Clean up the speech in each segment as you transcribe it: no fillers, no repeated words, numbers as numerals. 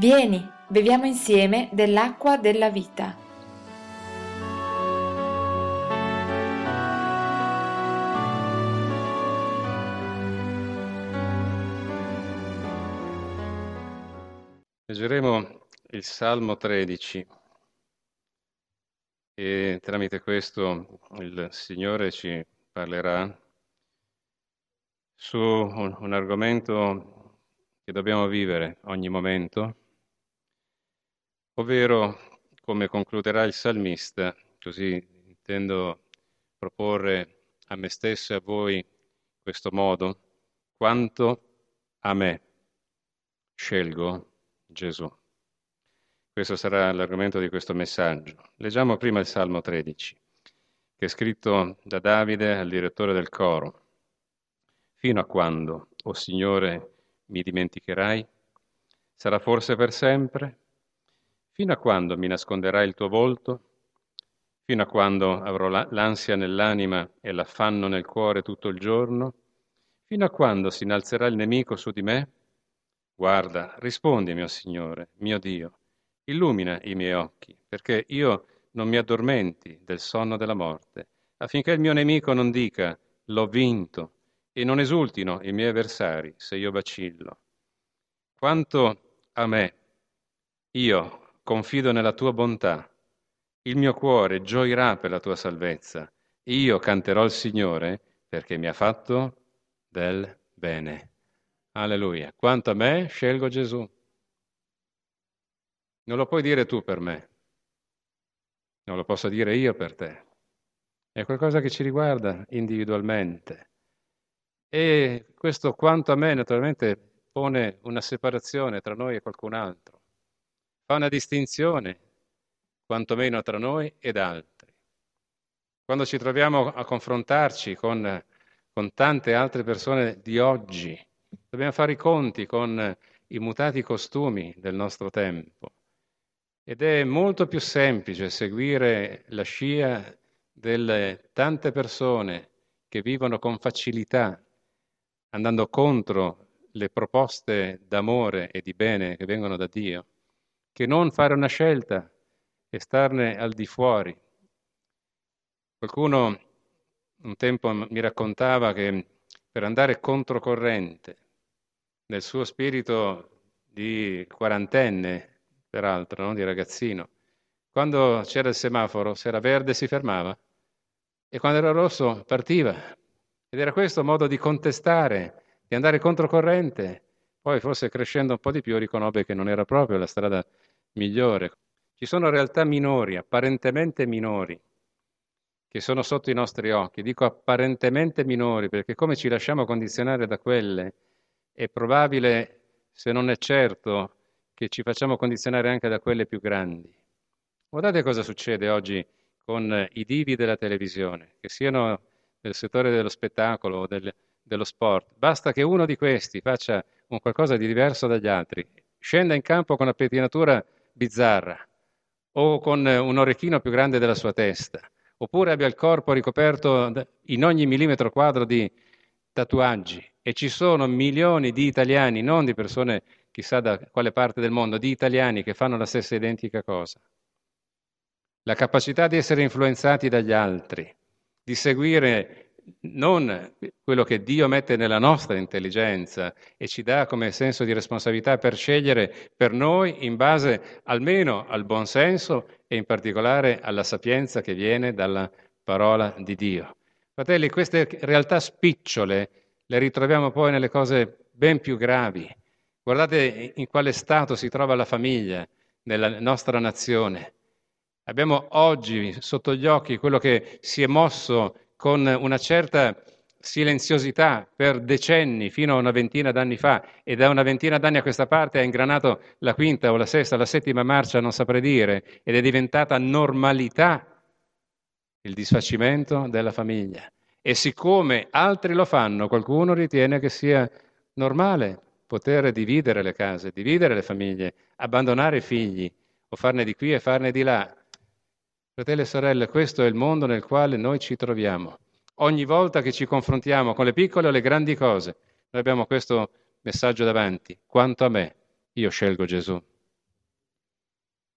Vieni, beviamo insieme dell'acqua della vita. Leggeremo il Salmo 13 e tramite questo il Signore ci parlerà su un argomento che dobbiamo vivere ogni momento, ovvero, come concluderà il salmista, così intendo proporre a me stesso e a voi questo modo: quanto a me scelgo Gesù. Questo sarà l'argomento di questo messaggio. Leggiamo prima il Salmo 13, che è scritto da Davide al direttore del coro. Fino a quando, o Signore, mi dimenticherai? Sarà forse per sempre? Fino a quando mi nasconderai il tuo volto? Fino a quando avrò l'ansia nell'anima e l'affanno nel cuore tutto il giorno? Fino a quando si innalzerà il nemico su di me? Guarda, rispondimi, o Signore, mio Dio. Illumina i miei occhi, perché io non mi addormenti del sonno della morte, affinché il mio nemico non dica l'ho vinto e non esultino i miei avversari se io vacillo. Quanto a me, io confido nella tua bontà, il mio cuore gioirà per la tua salvezza, io canterò al Signore perché mi ha fatto del bene. Alleluia. Quanto a me, scelgo Gesù. Non lo puoi dire tu per me, non lo posso dire io per te. È qualcosa che ci riguarda individualmente. E questo quanto a me naturalmente pone una separazione tra noi e qualcun altro. Fa una distinzione, quantomeno tra noi ed altri. Quando ci troviamo a confrontarci con tante altre persone di oggi, dobbiamo fare i conti con i mutati costumi del nostro tempo. Ed è molto più semplice seguire la scia delle tante persone che vivono con facilità, andando contro le proposte d'amore e di bene che vengono da Dio, che non fare una scelta e starne al di fuori. Qualcuno un tempo mi raccontava che per andare controcorrente nel suo spirito di quarantenne, peraltro, no? Di ragazzino, quando c'era il semaforo, se era verde si fermava e quando era rosso partiva. Ed era questo un modo di contestare, di andare controcorrente. Poi forse crescendo un po' di più riconobbe che non era proprio la strada migliore. Ci sono realtà minori, apparentemente minori, che sono sotto i nostri occhi. Dico apparentemente minori perché come ci lasciamo condizionare da quelle, è probabile, se non è certo, che ci facciamo condizionare anche da quelle più grandi. Guardate cosa succede oggi con i divi della televisione, che siano nel settore dello spettacolo o dello sport. Basta che uno di questi faccia un qualcosa di diverso dagli altri, scenda in campo con una pettinatura bizzarra o con un orecchino più grande della sua testa, oppure abbia il corpo ricoperto in ogni millimetro quadro di tatuaggi. E ci sono milioni di italiani, non di persone chissà da quale parte del mondo, di italiani che fanno la stessa identica cosa. La capacità di essere influenzati dagli altri, di seguire non quello che Dio mette nella nostra intelligenza e ci dà come senso di responsabilità per scegliere per noi in base almeno al buon senso e in particolare alla sapienza che viene dalla parola di Dio. Fratelli, queste realtà spicciole le ritroviamo poi nelle cose ben più gravi. Guardate in quale stato si trova la famiglia nella nostra nazione. Abbiamo oggi sotto gli occhi quello che si è mosso con una certa silenziosità per decenni, fino a una ventina d'anni fa, e da una ventina d'anni a questa parte ha ingranato la quinta o la sesta o la settima marcia, non saprei dire, ed è diventata normalità il disfacimento della famiglia. E siccome altri lo fanno, qualcuno ritiene che sia normale poter dividere le case, dividere le famiglie, abbandonare i figli o farne di qui e farne di là. Fratelli e sorelle, questo è il mondo nel quale noi ci troviamo. Ogni volta che ci confrontiamo con le piccole o le grandi cose, noi abbiamo questo messaggio davanti. Quanto a me, io scelgo Gesù.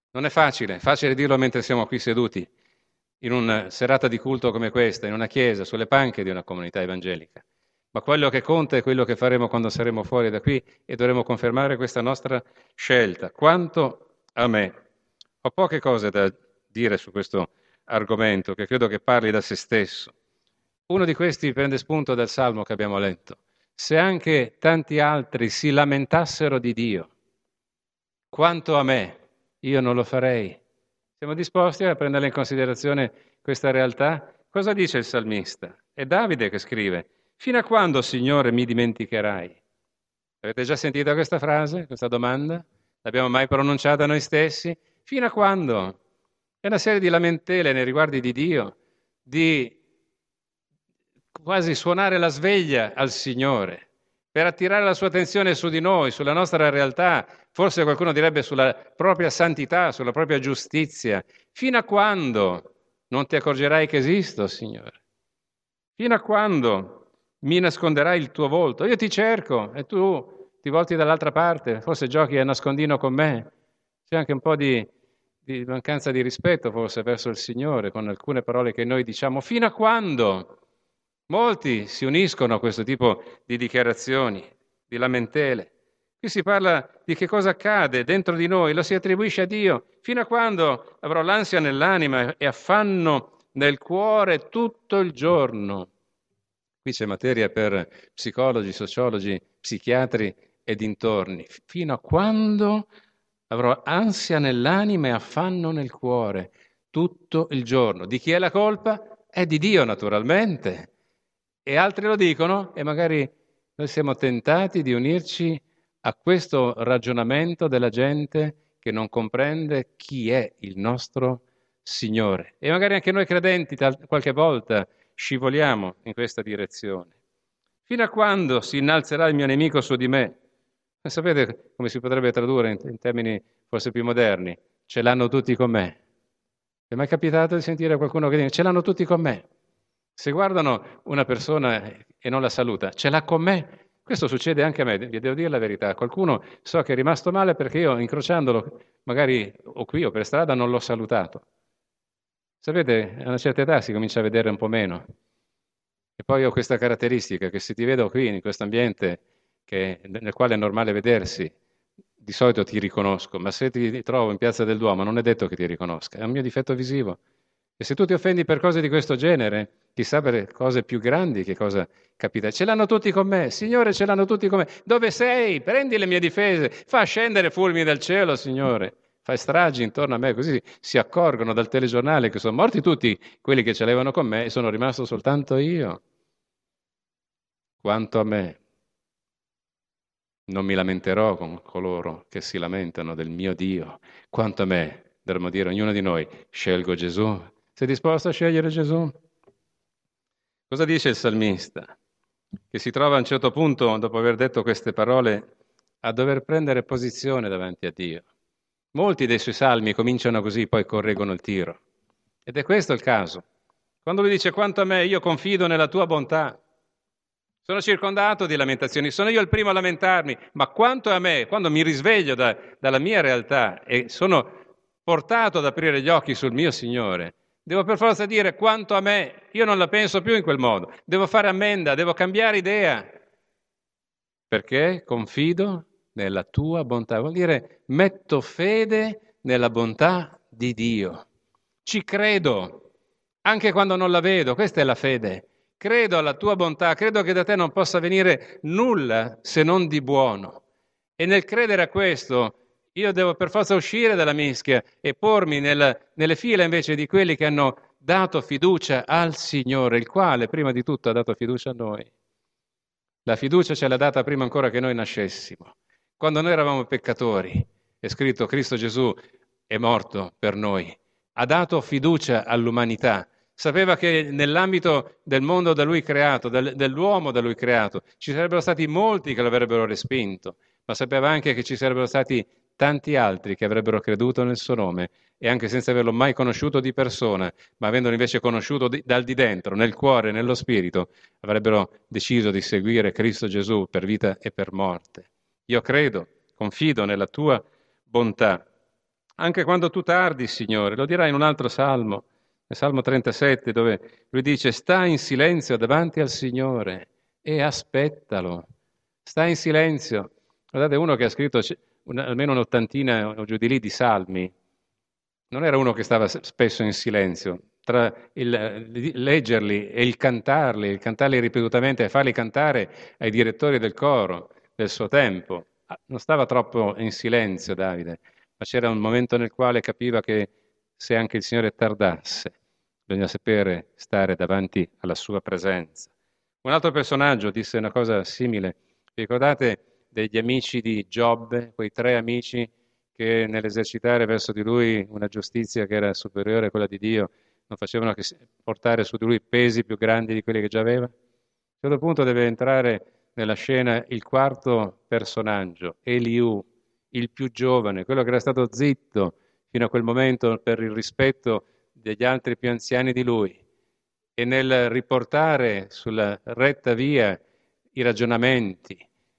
Non è facile dirlo mentre siamo qui seduti, in una serata di culto come questa, in una chiesa, sulle panche di una comunità evangelica. Ma quello che conta è quello che faremo quando saremo fuori da qui e dovremo confermare questa nostra scelta. Quanto a me, ho poche cose da dire su questo argomento, che credo che parli da se stesso. Uno di questi prende spunto dal Salmo che abbiamo letto. Se anche tanti altri si lamentassero di Dio, quanto a me, io non lo farei. Siamo disposti a prendere in considerazione questa realtà? Cosa dice il salmista? È Davide che scrive: fino a quando, Signore, mi dimenticherai? Avete già sentito questa frase, questa domanda? L'abbiamo mai pronunciata noi stessi? Fino a quando? È una serie di lamentele nei riguardi di Dio, di quasi suonare la sveglia al Signore per attirare la sua attenzione su di noi, sulla nostra realtà, forse qualcuno direbbe sulla propria santità, sulla propria giustizia. Fino a quando non ti accorgerai che esisto, Signore? Fino a quando mi nasconderai il tuo volto? Io ti cerco e tu ti volti dall'altra parte, forse giochi a nascondino con me. C'è anche un po' di mancanza di rispetto forse verso il Signore con alcune parole che noi diciamo. Fino a quando? Molti si uniscono a questo tipo di dichiarazioni, di lamentele. Qui si parla di che cosa accade dentro di noi, lo si attribuisce a Dio. Fino a quando avrò l'ansia nell'anima e affanno nel cuore tutto il giorno. Qui c'è materia per psicologi, sociologi, psichiatri e dintorni. Fino a quando avrò ansia nell'anima e affanno nel cuore tutto il giorno. Di chi è la colpa? È di Dio, naturalmente. E altri lo dicono e magari noi siamo tentati di unirci a questo ragionamento della gente che non comprende chi è il nostro Signore. E magari anche noi credenti qualche volta scivoliamo in questa direzione. Fino a quando si innalzerà il mio nemico su di me? E sapete come si potrebbe tradurre in termini forse più moderni? Ce l'hanno tutti con me. Vi è mai capitato di sentire qualcuno che dice ce l'hanno tutti con me? Se guardano una persona e non la saluta, ce l'ha con me? Questo succede anche a me, vi devo dire la verità. Qualcuno so che è rimasto male perché io incrociandolo, magari o qui o per strada, non l'ho salutato. Sapete, a una certa età si comincia a vedere un po' meno. E poi ho questa caratteristica, che se ti vedo qui, in questo ambiente nel quale è normale vedersi, di solito ti riconosco, ma se ti trovo in Piazza del Duomo non è detto che ti riconosca, è un mio difetto visivo. E se tu ti offendi per cose di questo genere, chissà per cose più grandi che cosa capita. Ce l'hanno tutti con me, Signore, ce l'hanno tutti con me. Dove sei? Prendi le mie difese, fa scendere fulmini dal cielo, Signore. Fai stragi intorno a me, così si accorgono dal telegiornale che sono morti tutti quelli che ce l'avevano con me e sono rimasto soltanto io. Quanto a me, non mi lamenterò con coloro che si lamentano del mio Dio. Quanto a me, dovremmo dire ognuno di noi, scelgo Gesù. Sei disposto a scegliere Gesù? Cosa dice il salmista? Che si trova a un certo punto, dopo aver detto queste parole, a dover prendere posizione davanti a Dio. Molti dei suoi salmi cominciano così, poi correggono il tiro. Ed è questo il caso. Quando lui dice quanto a me, io confido nella tua bontà. Sono circondato di lamentazioni, sono io il primo a lamentarmi, ma quanto a me, quando mi risveglio dalla mia realtà e sono portato ad aprire gli occhi sul mio Signore, devo per forza dire quanto a me, io non la penso più in quel modo, devo fare ammenda, devo cambiare idea, perché confido nella tua bontà, vuol dire metto fede nella bontà di Dio, ci credo, anche quando non la vedo, questa è la fede. Credo alla tua bontà, credo che da te non possa venire nulla se non di buono. E nel credere a questo, io devo per forza uscire dalla mischia e pormi nelle fila invece di quelli che hanno dato fiducia al Signore, il quale prima di tutto ha dato fiducia a noi. La fiducia ce l'ha data prima ancora che noi nascessimo. Quando noi eravamo peccatori, è scritto Cristo Gesù è morto per noi, ha dato fiducia all'umanità. Sapeva che nell'ambito del mondo da lui creato, dell'uomo da lui creato, ci sarebbero stati molti che l'avrebbero respinto, ma sapeva anche che ci sarebbero stati tanti altri che avrebbero creduto nel suo nome e anche senza averlo mai conosciuto di persona, ma avendolo invece conosciuto dal di dentro, nel cuore, nello spirito, avrebbero deciso di seguire Cristo Gesù per vita e per morte. Io credo, confido nella tua bontà. anche quando tu tardi, Signore. Lo dirà in un altro salmo, nel Salmo 37, dove lui dice: sta in silenzio davanti al Signore e aspettalo. Sta in silenzio. Guardate, uno che ha scritto almeno un'ottantina o giù di lì di salmi, non era uno che stava spesso in silenzio. Tra leggerli e il cantarli ripetutamente e farli cantare ai direttori del coro del suo tempo, non stava troppo in silenzio Davide, ma c'era un momento nel quale capiva che se anche il Signore tardasse, bisogna sapere stare davanti alla sua presenza. Un altro personaggio disse una cosa simile. Vi ricordate degli amici di Giobbe, quei tre amici che nell'esercitare verso di lui una giustizia che era superiore a quella di Dio non facevano che portare su di lui pesi più grandi di quelli che già aveva? A un certo punto deve entrare nella scena il quarto personaggio, Eliù, il più giovane, quello che era stato zitto fino a quel momento per il rispetto degli altri più anziani di lui. E nel riportare sulla retta via i ragionamenti,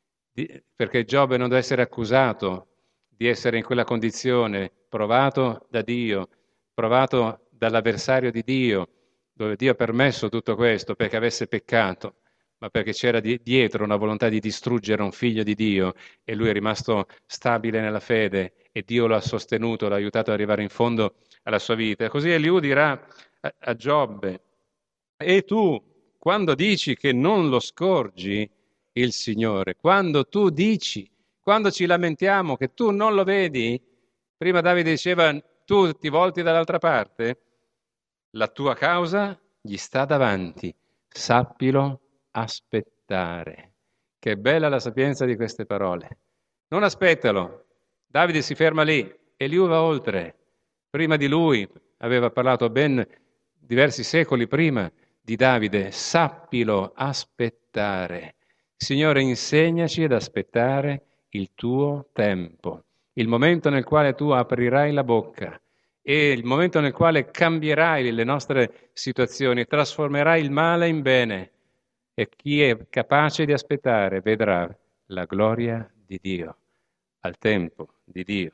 perché Giobbe non deve essere accusato di essere in quella condizione, provato da Dio, provato dall'avversario di Dio, dove Dio ha permesso tutto questo perché avesse peccato, ma perché c'era dietro una volontà di distruggere un figlio di Dio e lui è rimasto stabile nella fede e Dio lo ha sostenuto, l'ha aiutato ad arrivare in fondo alla sua vita. E così Eliù dirà a Giobbe: e tu, quando dici che non lo scorgi il Signore, quando tu dici, quando ci lamentiamo che tu non lo vedi, prima Davide diceva tu ti volti dall'altra parte, la tua causa gli sta davanti, sappilo aspettare. Che bella la sapienza di queste parole. Non aspettalo. Davide si ferma lì e lui va oltre. Prima di lui aveva parlato ben diversi secoli prima di Davide, sappilo aspettare. Signore, insegnaci ad aspettare il tuo tempo, il momento nel quale tu aprirai la bocca e il momento nel quale cambierai le nostre situazioni, trasformerai il male in bene. E chi è capace di aspettare vedrà la gloria di Dio, al tempo di Dio.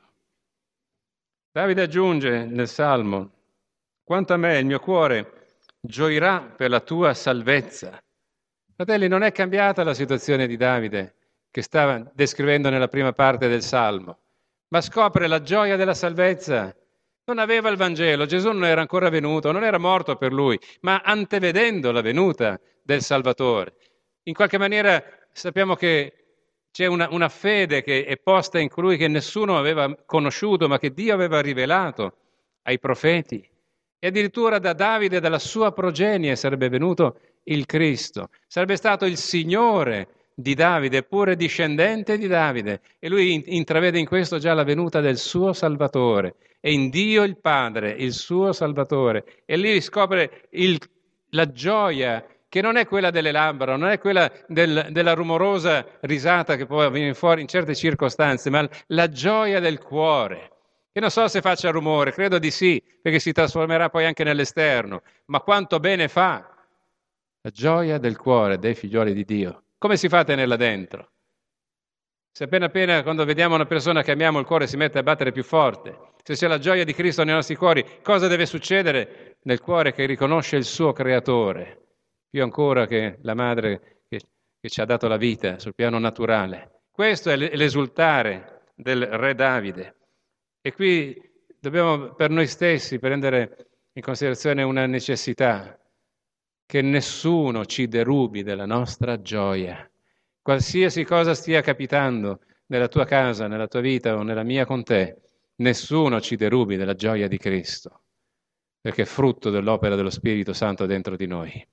Davide aggiunge nel Salmo: quanto a me il mio cuore gioirà per la tua salvezza. Fratelli, non è cambiata la situazione di Davide che stava descrivendo nella prima parte del Salmo, ma scopre la gioia della salvezza. Non aveva il Vangelo, Gesù non era ancora venuto, non era morto per lui, ma antevedendo la venuta del Salvatore. In qualche maniera sappiamo che c'è una fede che è posta in colui che nessuno aveva conosciuto, ma che Dio aveva rivelato ai profeti. E addirittura da Davide, dalla sua progenie, sarebbe venuto il Cristo. Sarebbe stato il Signore di Davide, pure discendente di Davide. E lui intravede in questo già la venuta del suo Salvatore. E in Dio il Padre, il suo Salvatore. E lì scopre la gioia che non è quella delle labbra, non è quella della rumorosa risata che può venire fuori in certe circostanze, ma la gioia del cuore. Che non so se faccia rumore, credo di sì, perché si trasformerà poi anche nell'esterno, ma quanto bene fa la gioia del cuore dei figlioli di Dio. Come si fa a tenerla dentro? Se appena quando vediamo una persona che amiamo il cuore si mette a battere più forte, se c'è la gioia di Cristo nei nostri cuori, cosa deve succedere nel cuore che riconosce il suo creatore? Più ancora che la madre che ci ha dato la vita sul piano naturale. Questo è l'esultare del re Davide. E qui dobbiamo per noi stessi prendere in considerazione una necessità, che nessuno ci derubi della nostra gioia. Qualsiasi cosa stia capitando nella tua casa, nella tua vita o nella mia con te, nessuno ci derubi della gioia di Cristo, perché è frutto dell'opera dello Spirito Santo dentro di noi.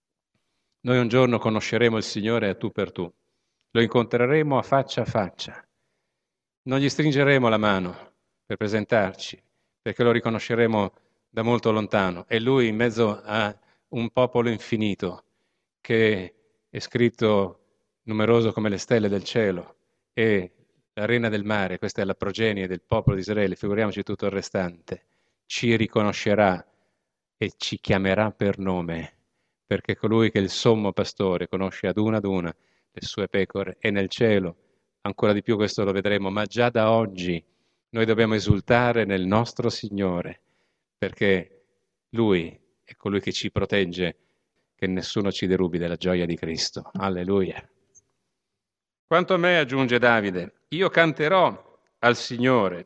Noi un giorno conosceremo il Signore a tu per tu, lo incontreremo a faccia, non gli stringeremo la mano per presentarci, perché lo riconosceremo da molto lontano, e Lui in mezzo a un popolo infinito che è scritto numeroso come le stelle del cielo e l'arena del mare, questa è la progenie del popolo di Israele, figuriamoci tutto il restante, ci riconoscerà e ci chiamerà per nome, perché colui che è il sommo pastore conosce ad una le sue pecore, e nel cielo ancora di più questo lo vedremo, ma già da oggi Noi dobbiamo esultare nel nostro Signore, perché Lui è colui che ci protegge, che nessuno ci derubi della gioia di Cristo. Alleluia. Quanto a me, aggiunge Davide, io canterò al Signore,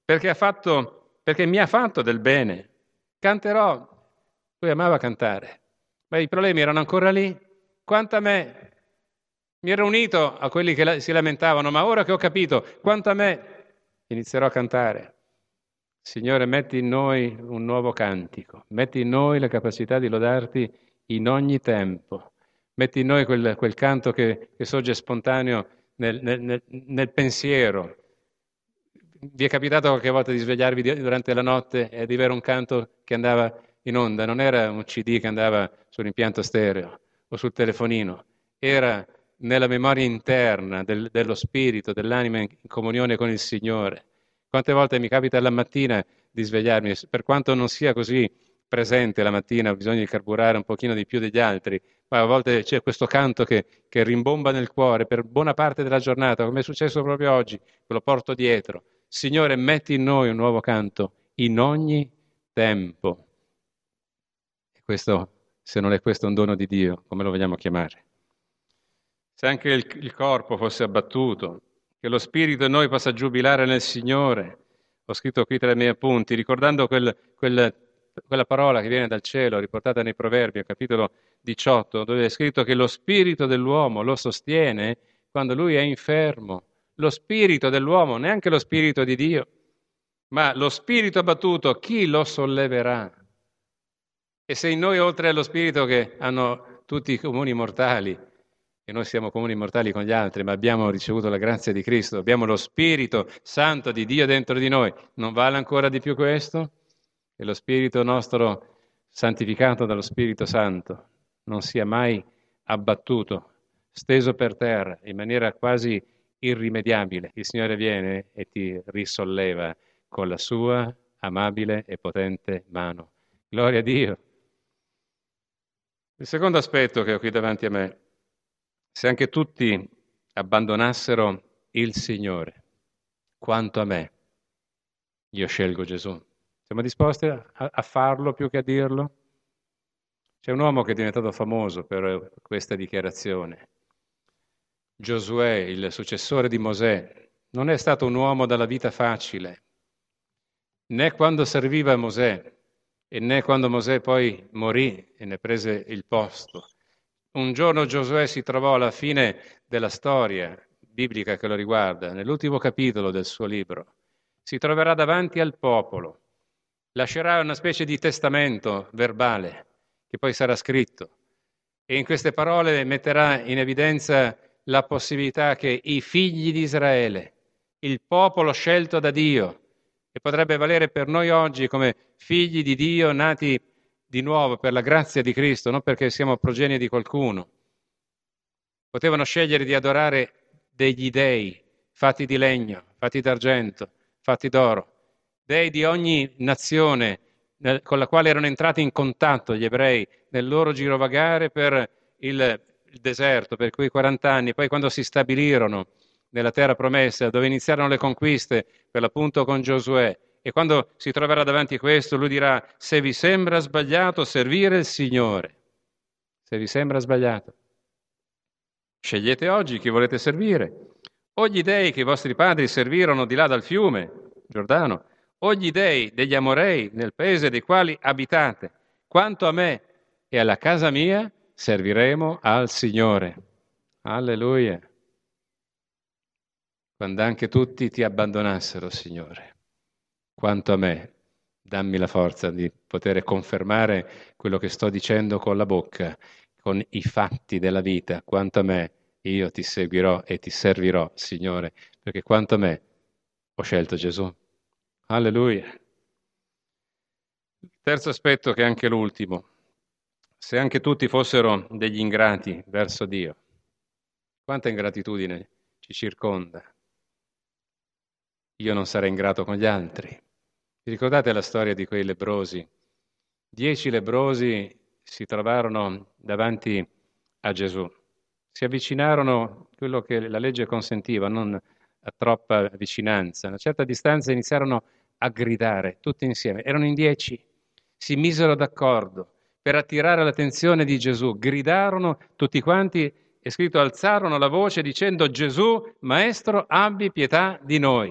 perché mi ha fatto del bene. Canterò. Lui amava cantare, ma i problemi erano ancora lì. Quanto a me, mi ero unito a quelli che si lamentavano, ma ora che ho capito, quanto a me, inizierò a cantare. Signore, metti in noi un nuovo cantico, metti in noi la capacità di lodarti in ogni tempo, metti in noi quel canto che sorge spontaneo nel pensiero. Vi è capitato qualche volta di svegliarvi durante la notte e di avere un canto che andava in onda? Non era un CD che andava sull'impianto stereo o sul telefonino, era nella memoria interna dello spirito, dell'anima in comunione con il Signore. Quante volte mi capita la mattina di svegliarmi, per quanto non sia così presente la mattina, ho bisogno di carburare un pochino di più degli altri, ma a volte c'è questo canto che rimbomba nel cuore per buona parte della giornata, come è successo proprio oggi, che lo porto dietro. Signore, metti in noi un nuovo canto in ogni tempo. E questo, se non è questo un dono di Dio, come lo vogliamo chiamare? Se anche il corpo fosse abbattuto, che lo spirito in noi possa giubilare nel Signore. Ho scritto qui tra i miei appunti, ricordando quella parola che viene dal cielo, riportata nei Proverbi, al capitolo 18, dove è scritto che lo spirito dell'uomo lo sostiene quando lui è infermo. Lo spirito dell'uomo, neanche lo spirito di Dio, ma lo spirito abbattuto, chi lo solleverà? E se in noi, oltre allo spirito che hanno tutti i comuni mortali, e noi siamo comuni mortali con gli altri, ma abbiamo ricevuto la grazia di Cristo, abbiamo lo Spirito Santo di Dio dentro di noi, non vale ancora di più questo? Che lo Spirito nostro, santificato dallo Spirito Santo, non sia mai abbattuto, steso per terra, in maniera quasi irrimediabile. Il Signore viene e ti risolleva con la sua amabile e potente mano. Gloria a Dio. Il secondo aspetto che ho qui davanti a me, se anche tutti abbandonassero il Signore, quanto a me, io scelgo Gesù. Siamo disposti a farlo più che a dirlo? C'è un uomo che è diventato famoso per questa dichiarazione. Giosuè, il successore di Mosè, non è stato un uomo dalla vita facile, né quando serviva Mosè, e né quando Mosè poi morì e ne prese il posto. Un giorno Giosuè si trovò alla fine della storia biblica che lo riguarda, nell'ultimo capitolo del suo libro. Si troverà davanti al popolo, lascerà una specie di testamento verbale che poi sarà scritto e in queste parole metterà in evidenza la possibilità che i figli di Israele, il popolo scelto da Dio, e potrebbe valere per noi oggi come figli di Dio nati di nuovo per la grazia di Cristo, non perché siamo progenie di qualcuno. Potevano scegliere di adorare degli dei fatti di legno, fatti d'argento, fatti d'oro, dei di ogni nazione con la quale erano entrati in contatto gli ebrei nel loro girovagare per il deserto, per quei 40 anni, poi quando si stabilirono nella terra promessa, dove iniziarono le conquiste, per l'appunto con Giosuè, e quando si troverà davanti a questo, lui dirà: se vi sembra sbagliato servire il Signore, se vi sembra sbagliato, scegliete oggi chi volete servire, o gli dei che i vostri padri servirono di là dal fiume, Giordano, o gli dei degli Amorei nel paese dei quali abitate. Quanto a me e alla casa mia serviremo al Signore. Alleluia. Quando anche tutti ti abbandonassero, Signore, quanto a me, dammi la forza di poter confermare quello che sto dicendo con la bocca, con i fatti della vita. Quanto a me, io ti seguirò e ti servirò, Signore, perché quanto a me ho scelto Gesù. Alleluia. Il terzo aspetto, che è anche l'ultimo, se anche tutti fossero degli ingrati verso Dio, quanta ingratitudine ci circonda. Io non sarei ingrato con gli altri. Vi ricordate la storia di quei lebbrosi? 10 lebbrosi si trovarono davanti a Gesù. Si avvicinarono quello che la legge consentiva, non a troppa vicinanza. A una certa distanza iniziarono a gridare tutti insieme. Erano in 10, si misero d'accordo per attirare l'attenzione di Gesù. Gridarono tutti quanti, è scritto, alzarono la voce dicendo: Gesù, Maestro, abbi pietà di noi.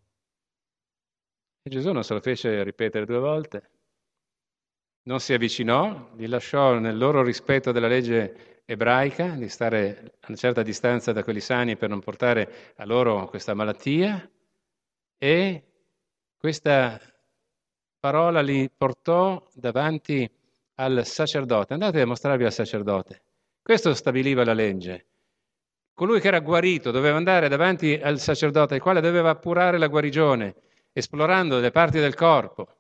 E Gesù non se lo fece ripetere 2 volte. Non si avvicinò, li lasciò nel loro rispetto della legge ebraica, di stare a una certa distanza da quelli sani per non portare a loro questa malattia, e questa parola li portò davanti al sacerdote. Andate a mostrarvi al sacerdote. Questo stabiliva la legge. Colui che era guarito doveva andare davanti al sacerdote, il quale doveva appurare la guarigione, esplorando le parti del corpo.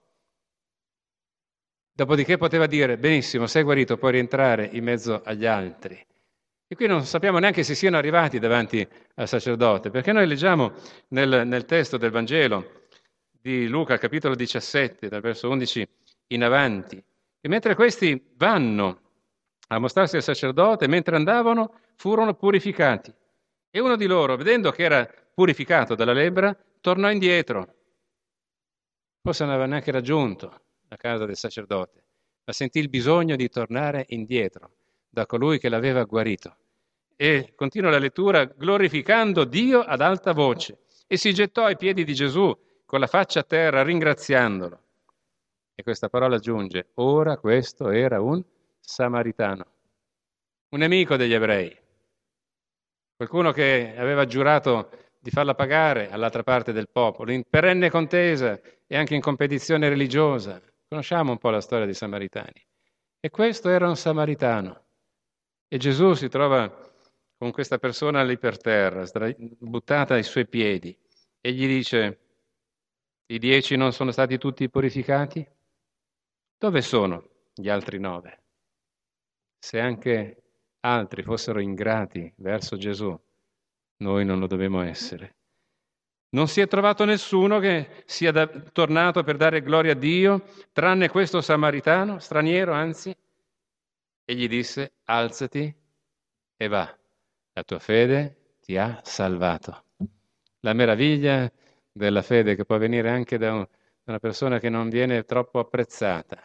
Dopodiché poteva dire: benissimo, sei guarito, puoi rientrare in mezzo agli altri. E qui non sappiamo neanche se siano arrivati davanti al sacerdote, perché noi leggiamo nel testo del Vangelo di Luca, capitolo 17, dal verso 11 in avanti, e mentre questi vanno a mostrarsi al sacerdote, mentre andavano furono purificati. E uno di loro, vedendo che era purificato dalla lebbra, tornò indietro. Forse non aveva neanche raggiunto la casa del sacerdote, ma sentì il bisogno di tornare indietro da colui che l'aveva guarito. E continua la lettura: glorificando Dio ad alta voce, e si gettò ai piedi di Gesù con la faccia a terra, ringraziandolo. E questa parola aggiunge: ora questo era un samaritano, un nemico degli ebrei, qualcuno che aveva giurato di farla pagare all'altra parte del popolo, in perenne contesa e anche in competizione religiosa. Conosciamo un po' la storia dei Samaritani. E questo era un samaritano. E Gesù si trova con questa persona lì per terra, buttata ai suoi piedi, e gli dice: i 10 non sono stati tutti purificati? Dove sono gli altri 9? Se anche altri fossero ingrati verso Gesù, noi non lo dobbiamo essere. Non si è trovato nessuno che sia tornato per dare gloria a Dio, tranne questo samaritano, straniero anzi, e gli disse: alzati e va, la tua fede ti ha salvato. La meraviglia della fede, che può venire anche da una persona che non viene troppo apprezzata.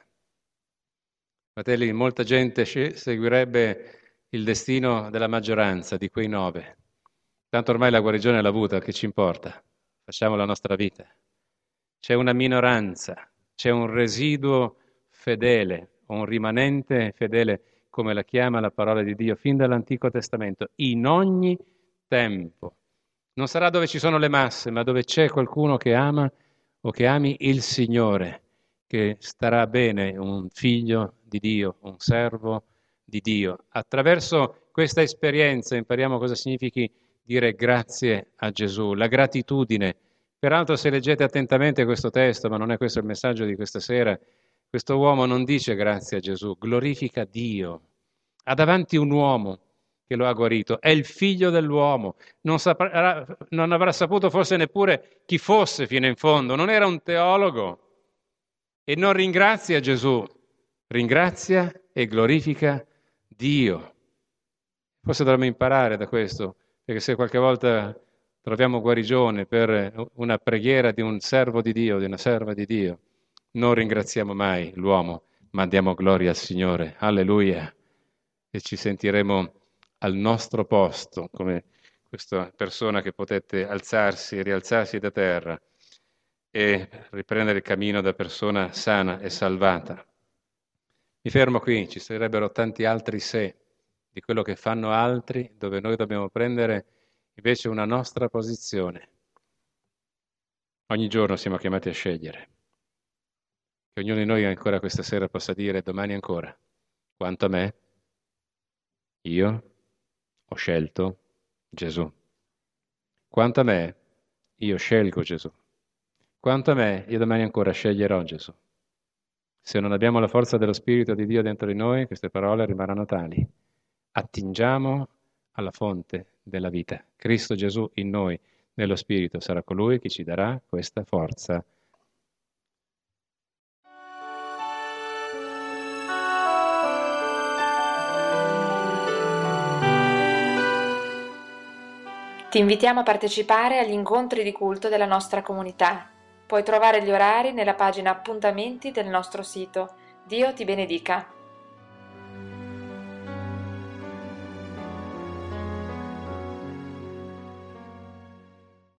Fratelli, molta gente seguirebbe il destino della maggioranza di quei 9. Tanto ormai la guarigione l'ha avuta, che ci importa? Facciamo la nostra vita. C'è una minoranza, c'è un residuo fedele, un rimanente fedele, come la chiama la parola di Dio, fin dall'Antico Testamento, in ogni tempo. Non sarà dove ci sono le masse, ma dove c'è qualcuno che ama o che ami il Signore, che starà bene un figlio di Dio, un servo di Dio. Attraverso questa esperienza impariamo cosa significhi dire grazie a Gesù, la gratitudine. Peraltro, se leggete attentamente questo testo, ma non è questo il messaggio di questa sera, questo uomo non dice grazie a Gesù, glorifica Dio. Ha davanti un uomo che lo ha guarito, è il figlio dell'uomo, non avrà saputo forse neppure chi fosse fino in fondo, non era un teologo, e non ringrazia Gesù, ringrazia e glorifica Dio. Forse dovremmo imparare da questo, perché se qualche volta troviamo guarigione per una preghiera di un servo di Dio, di una serva di Dio, non ringraziamo mai l'uomo, ma diamo gloria al Signore. Alleluia! E ci sentiremo al nostro posto, come questa persona che potette alzarsi e rialzarsi da terra e riprendere il cammino da persona sana e salvata. Mi fermo qui, ci sarebbero tanti altri se di quello che fanno altri, dove noi dobbiamo prendere invece una nostra posizione. Ogni giorno siamo chiamati a scegliere. Che ognuno di noi ancora questa sera possa dire: domani ancora, quanto a me, io ho scelto Gesù. Quanto a me, io scelgo Gesù. Quanto a me, io domani ancora sceglierò Gesù. Se non abbiamo la forza dello Spirito di Dio dentro di noi, queste parole rimarranno tali. Attingiamo alla fonte della vita. Cristo Gesù in noi, nello Spirito, sarà colui che ci darà questa forza. Ti invitiamo a partecipare agli incontri di culto della nostra comunità. Puoi trovare gli orari nella pagina Appuntamenti del nostro sito. Dio ti benedica.